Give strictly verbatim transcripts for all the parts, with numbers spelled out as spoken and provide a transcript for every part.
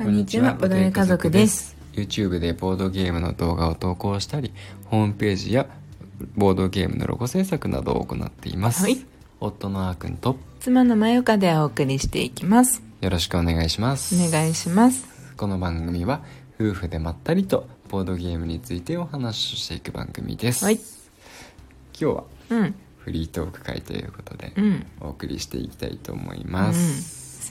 こんにちは、ボドゲ家族です。 YouTube でボードゲームの動画を投稿したり、ホームページやボードゲームのロゴ制作などを行っています、はい、夫のあーくんと妻のまゆかでお送りしていきます。 よろしくお願いします。 お願いします。 この番組は夫婦でまったりとボードゲームについてお話ししていく番組です、はい、今日は、うん、フリートーク会ということで、うん、お送りしていきたいと思います、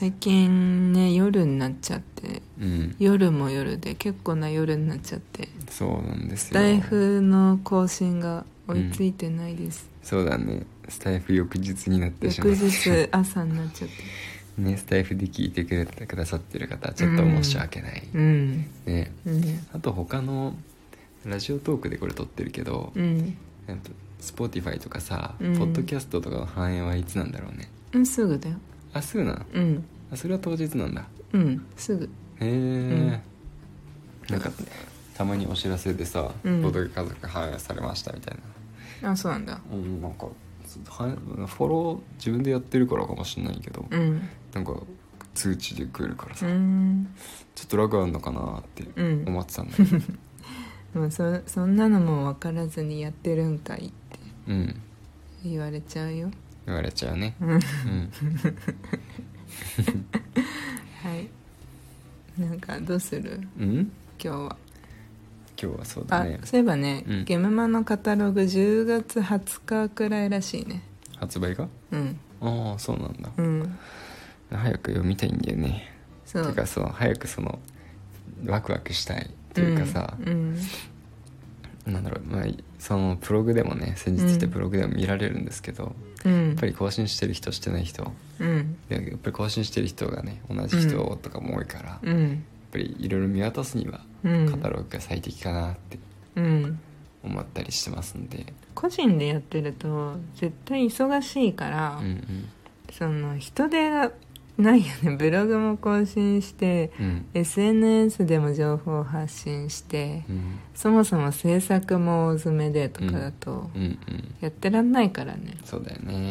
うん、最近ね夜になっちゃって、うん、夜も夜で結構な夜になっちゃって、 そうなんですよ。 スタイフの更新が追いついてないです、 うん、そうだね。スタイフ翌日になってしまって、 翌日朝になっちゃってね、スタイフで聞いてくれてくださってる方はちょっと申し訳ない、うん、ね、うん、あと他のラジオトークでこれ撮ってるけど、うん、Spotify とかさ、うん、ポッドキャストとかの反映はいつなんだろうね。 うん、すぐだよ。 あ、すぐなの、うん、あ、それは当日なんだ。 うん、すぐ。へえ、うん、なんかたまにお知らせでさ、うん、ボドゲ家族反映されましたみたいな。あ、そうなんだ。 うん、なんかフォロー自分でやってるからかもしれないけど、うん、なんか通知で来るからさ、うん、ちょっとラグあるのかなって思ってたんだけど、うん、 でも そ, そんなのも分からずにやってるんかいって言われちゃうよ。 言われちゃうね、うん、 はい。なんかどうする、うん、今日は今日はそうだね。 あ、そういえばね、うん、ゲームマのカタログじゅうがつはつかくらいらしいね。 発売が？うん。ああ、そうなんだ、うん、早く読みたいんだよね。そうてかそう早くそのワクワクしたいっていうかさ、うんうん、なんだろう、まあ、そのブログでもね、先日来たブログでも見られるんですけど、うん、やっぱり更新してる人してない人、うん、やっぱり更新してる人がね同じ人とかも多いから、うん、やっぱりいろいろ見渡すにはカタログが最適かなって思ったりしてますんで、うん、 個人でやってると絶対忙しいから、うんうん、その人手がないよね。ブログも更新して、うん、エスエヌエス でも情報発信して、うん、そもそも制作も大詰めでとかだとやってらんないからね、うんうんうん、 そうだよね、 うん、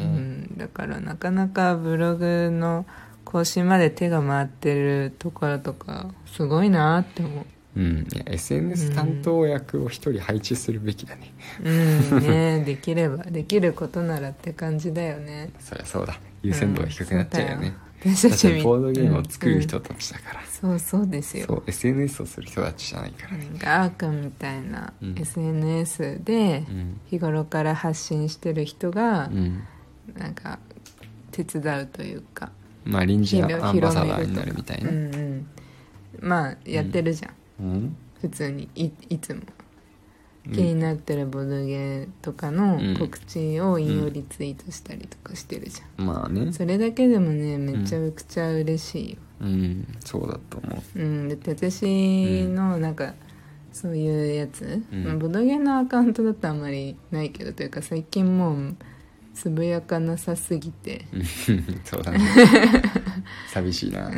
だからなかなかブログの更新まで手が回ってるところとかすごいなって思う。 うん、いや エスエヌエス 担当役を一人配置するべきだね。 うんね、できればできることならって感じだよね。 そりゃそうだ、優先度が低くなっちゃうよね、うん、私たちボードゲームを作る人たちだから、うんうん、 そうそうですよ。 そう エスエヌエス をする人たちじゃないからね。 あーくんみたいな、うん、エスエヌエス で日頃から発信してる人が、うん、なんか手伝うというか、 まあ臨時アンバサダーになるみたいな、うんうん、 まあやってるじゃん、うん、普通に い, いつも気になってるボドゲとかの告知を引用リツイートしたりとかしてるじゃん、 うん、まあね、 それだけでもねめちゃくちゃ嬉しいよ、 うん、うん、そうだと思う、 うん、だって私のなんかそういうやつ、うんまあ、ボドゲのアカウントだとあんまりないけど、というか最近もうつぶやかなさすぎてそうだね寂しいな、うん、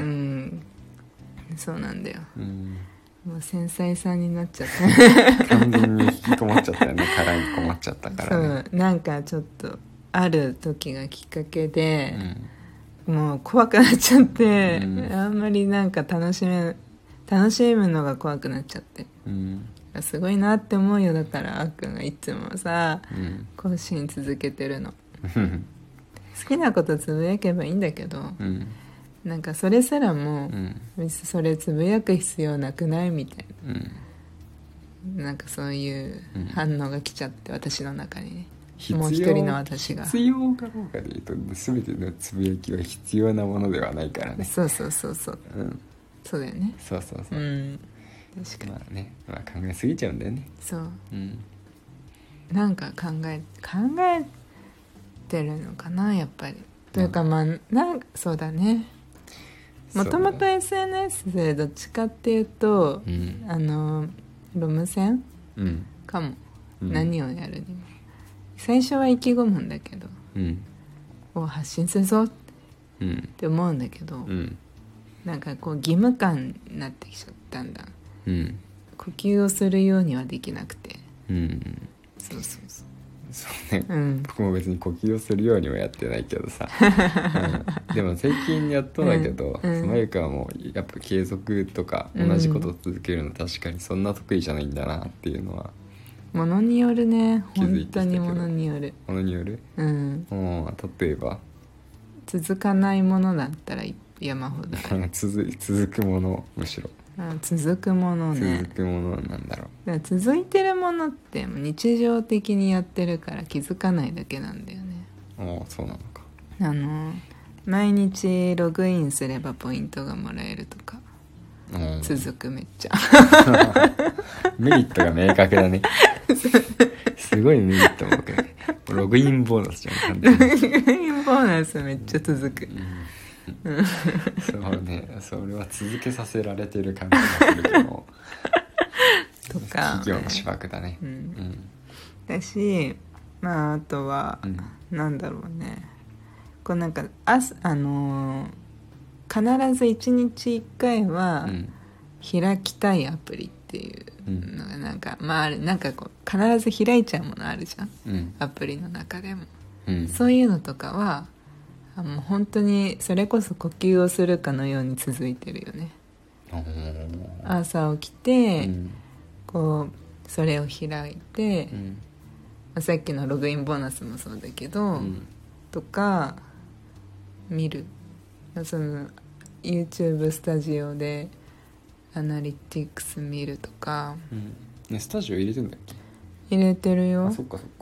そうなんだよ、うん、もう繊細さんになっちゃった完全に引きこもっちゃったよね殻にこもっちゃったからね。 そう、なんかちょっとある時がきっかけで、うん、もう怖くなっちゃって、うん、あんまりなんか楽しめ楽しむのが怖くなっちゃって、うん、すごいなって思うよ。だからあっくんがいつもさ、うん、更新続けてるの好きなことつぶやけばいいんだけど、うん、なんかそれすらも、うん、それつぶやく必要なくないみたいな、うん、なんかそういう反応が来ちゃって、私の中にね、もう一人の私が必要かどうかで言うと全てのつぶやきは必要なものではないからね。 そうそうそうそう、うん、そうだよね。 そうそうそう、うん、確かにまあね、まあ、考えすぎちゃうんだよね。 そう、うん、なんか考え考えてるのかなやっぱり、というかまあなんかそうだね、もともと エスエヌエス でどっちかっていうと、うん、あのロム線、うん、かも、うん、何をやるにも最初は意気込むんだけど、うん、を発信するぞって思うんだけど、うん、なんかこう義務感になってきちゃったんだ、うん、呼吸をするようにはできなくて、うん、そうそうそう、 そうね、うん、僕も別に呼吸をするようにはやってないけどさ、うん、でも最近やっとだけど、うん、そのゆかはもうやっぱ継続とか同じことを続けるの確かにそんな得意じゃないんだなっていうのはものによるね。本当にものによるものによるうんもう例えば続かないものだったら山ほどある続, 続くものむしろ続くものね続くものなんだろう。 だから続いてるものって日常的にやってるから気づかないだけなんだよね。 ああそうなのか。 あの毎日ログインすればポイントがもらえるとか続くめっちゃメリットが明確だねすごいメリットも僕ねログインボーナスじゃん完全にログインボーナスめっちゃ続く、うん、 そうねそれは続けさせられてる感じがするけどとか企業の芝生だね、うんうん、 だしまああとは、うん、なんだろうねこうなんかああのー、必ずいちにちいっかいは、うん開きたいアプリっていうのがなんか、うん、まああれなんかこう必ず開いちゃうものあるじゃん、うん、アプリの中でも、うん、そういうのとかはあもう本当にそれこそ呼吸をするかのように続いてるよね。朝起きて、うん、こうそれを開いて、うんまあ、さっきのログインボーナスもそうだけど、うん、とか見るその YouTube スタジオでアナリティクス見るとか、 うんね、スタジオ入れてんだっけ。 入れてるよ。 あそっかそっか、 うん、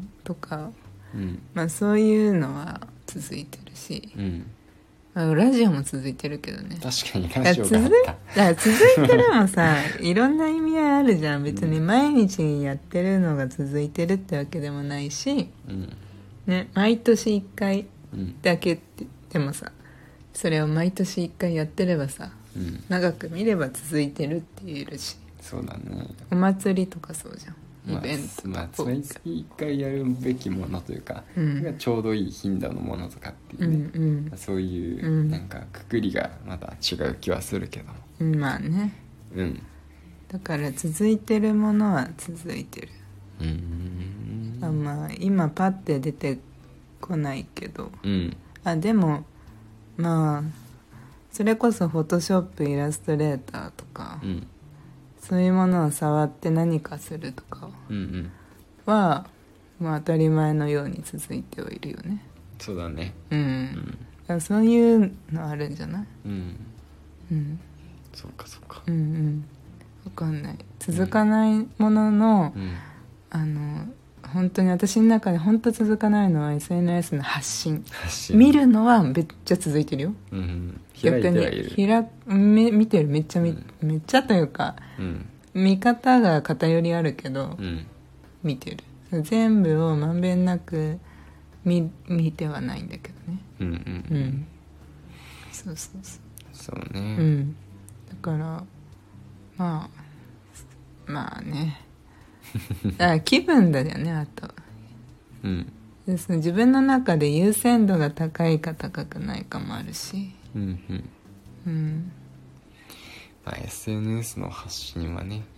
とか、うんまあ、そういうのは続いてるし、うんまあ、ラジオも続いてるけどね。 確かにラジオがあっただ続いてるもさいろんな意味合いあるじゃん。別に毎日やってるのが続いてるってわけでもないし、うんね、毎年いっかいだけって、うん、でもさそれを毎年いっかいやってればさうん、長く見れば続いてるって言えるし。 そうだね。 お祭りとかそうじゃん、イベントとか、 まあ、毎月いっかいやるべきものというか、うん、ちょうどいい頻度のものとかっていうね、うんうん、そういうなんかくくりがまた違う気はするけども、 うん、まあね、うん、だから続いてるものは続いてる。うーんあまあ今パッて出てこないけど、うん、あでもまあそれこそフォトショップイラストレーターとか、うん、そういうものを触って何かするとかは、うんうん、まあ、当たり前のように続いてはいるよね。 そうだね、 うんうん、そういうのあるんじゃない。うん、 うん、そうかそうか、 うんうん分かんない。続かないものの、うん、あの本当に私の中で本当続かないのは エスエヌエス の発信。発信見るのはめっちゃ続いてるよ、うん、開いてはいる。逆に見てるめっちゃ、うん、めっちゃというか、うん、見方が偏りあるけど、うん、見てる。全部をまんべんなく 見, 見てはないんだけどね。うんうん、うん、そうそうそうそうね、 うん、だからまあまあねあ気分だよね。あと、うん、でその自分の中で優先度が高いか高くないかもあるし、うんうんうんまあ、エスエヌエス の発信はね、うん、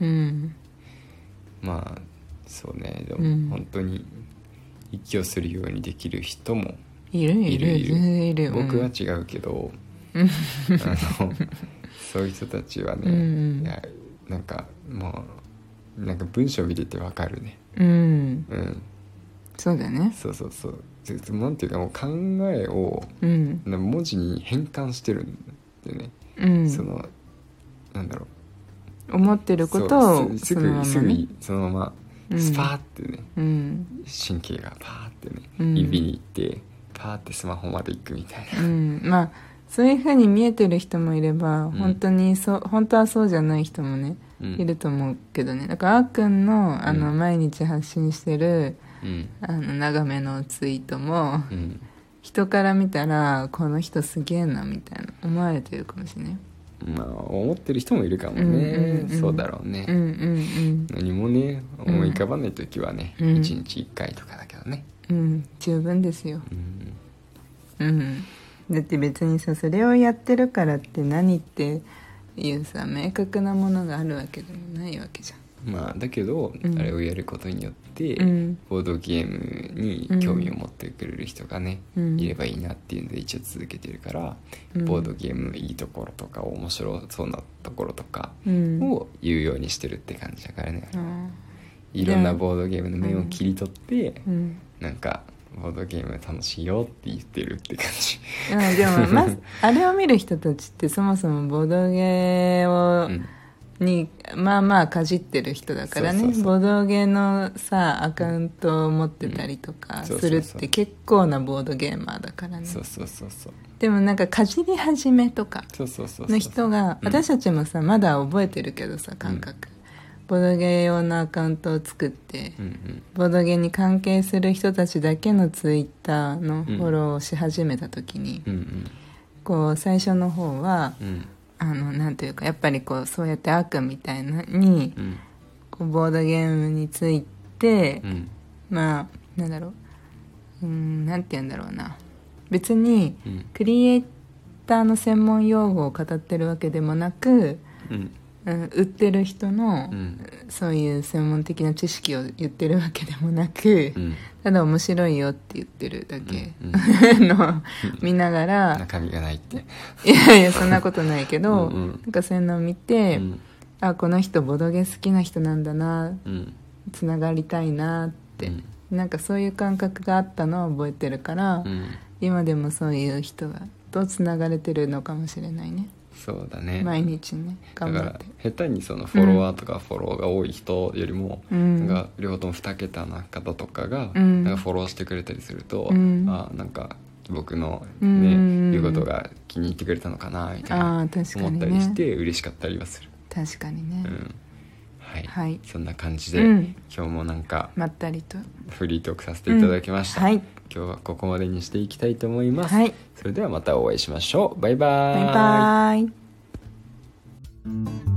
まあそうねでも本当に息をするようにできる人もいるいるいるいる。 僕は違うけど、うん、あのそういう人たちはね、うん、いやなんかもうなんか文章見ててわかるね。うん、 うん、そうだね。 そうそうそう。なんていうかもう考えを、うん、文字に変換してるんだよね。うん、そのなんだろう。思ってることをすぐすぐそのままスパーってね、うん、神経がパーってね、うん、指に行ってパーってスマホまで行くみたいな。 うん、まあそういう風に見えてる人もいれば、うん、本当にそう本当はそうじゃない人もね。うん、いると思うけどね。だからあっくんの、あの、うん、毎日発信してる、うん、あの長めのツイートも、うん、人から見たらこの人すげえなみたいな思われてるかもしれない。 まあ思ってる人もいるかもね、うんうんうん、そうだろうね、うんうんうん、何もね思い浮かばない時はね、うん、いちにちいっかいとかだけどね、 うん、十分ですよ、うん、うん、だって別にさそれをやってるからって何っていうさ明確なものがあるわけでもないわけじゃん。 まあだけど、うん、あれをやることによって、 うん、 ボードゲームに興味を持ってくれる人がね、うん、いればいいなっていうので一応続けてるから、うん、ボードゲームのいいところとか面白そうなところとかを言うようにしてるって感じだからね、うん、いろんなボードゲームの面を切り取って、うん、なんかボードゲーム楽しいよって言ってるって感じ。 うん、でも、ま、あれを見る人たちってそもそもボードゲーを、うんにまあまあかじってる人だからね。そうそうそう、ボードゲーのさアカウントを持ってたりとかするって結構なボードゲーマーだからね。 そうそうそうそう。 でもなんかかじり始めとかの人が、私たちもさまだ覚えてるけどさ感覚、うん、ボードゲー用のアカウントを作って、うんうん、ボードゲーに関係する人たちだけのツイッターのフォローをし始めた時に、うんうん、こう最初の方は、うん、あのなんていうかやっぱりこうそうやって悪みたいなに、うん、こうボードゲームについて、うん、まあなんだろう、うーんなんて言うんだろうな、別にクリエイターの専門用語を語ってるわけでもなく、うんうん、売ってる人の、うん、そういう専門的な知識を言ってるわけでもなく、うん、ただ面白いよって言ってるだけ、うんうん、の見ながら中身がないっていやいやそんなことないけどうん、なんかそういうのを見て、うん、あこの人ボドゲ好きな人なんだな、うん、つながりたいなって、うん、なんかそういう感覚があったのを覚えてるから、うん、今でもそういう人がとつながれてるのかもしれないね。 そうだね、 毎日ね頑張って。だから下手にそのフォロワーとかフォローが多い人よりも、うん、なんか両方ともに桁な方とかが、うん、なんかフォローしてくれたりすると、うん、あなんか僕の、ねうん、言うことが気に入ってくれたのかなみたいな思ったりして嬉しかったりはする。 確かにね、うんはいはい、そんな感じで、うん、今日もなんかまったりとフリートークさせていただきました、 うんはい、 今日はここまでにしていきたいと思います、 はい、 それではまたお会いしましょう。バイバーイ。 バイバーイ。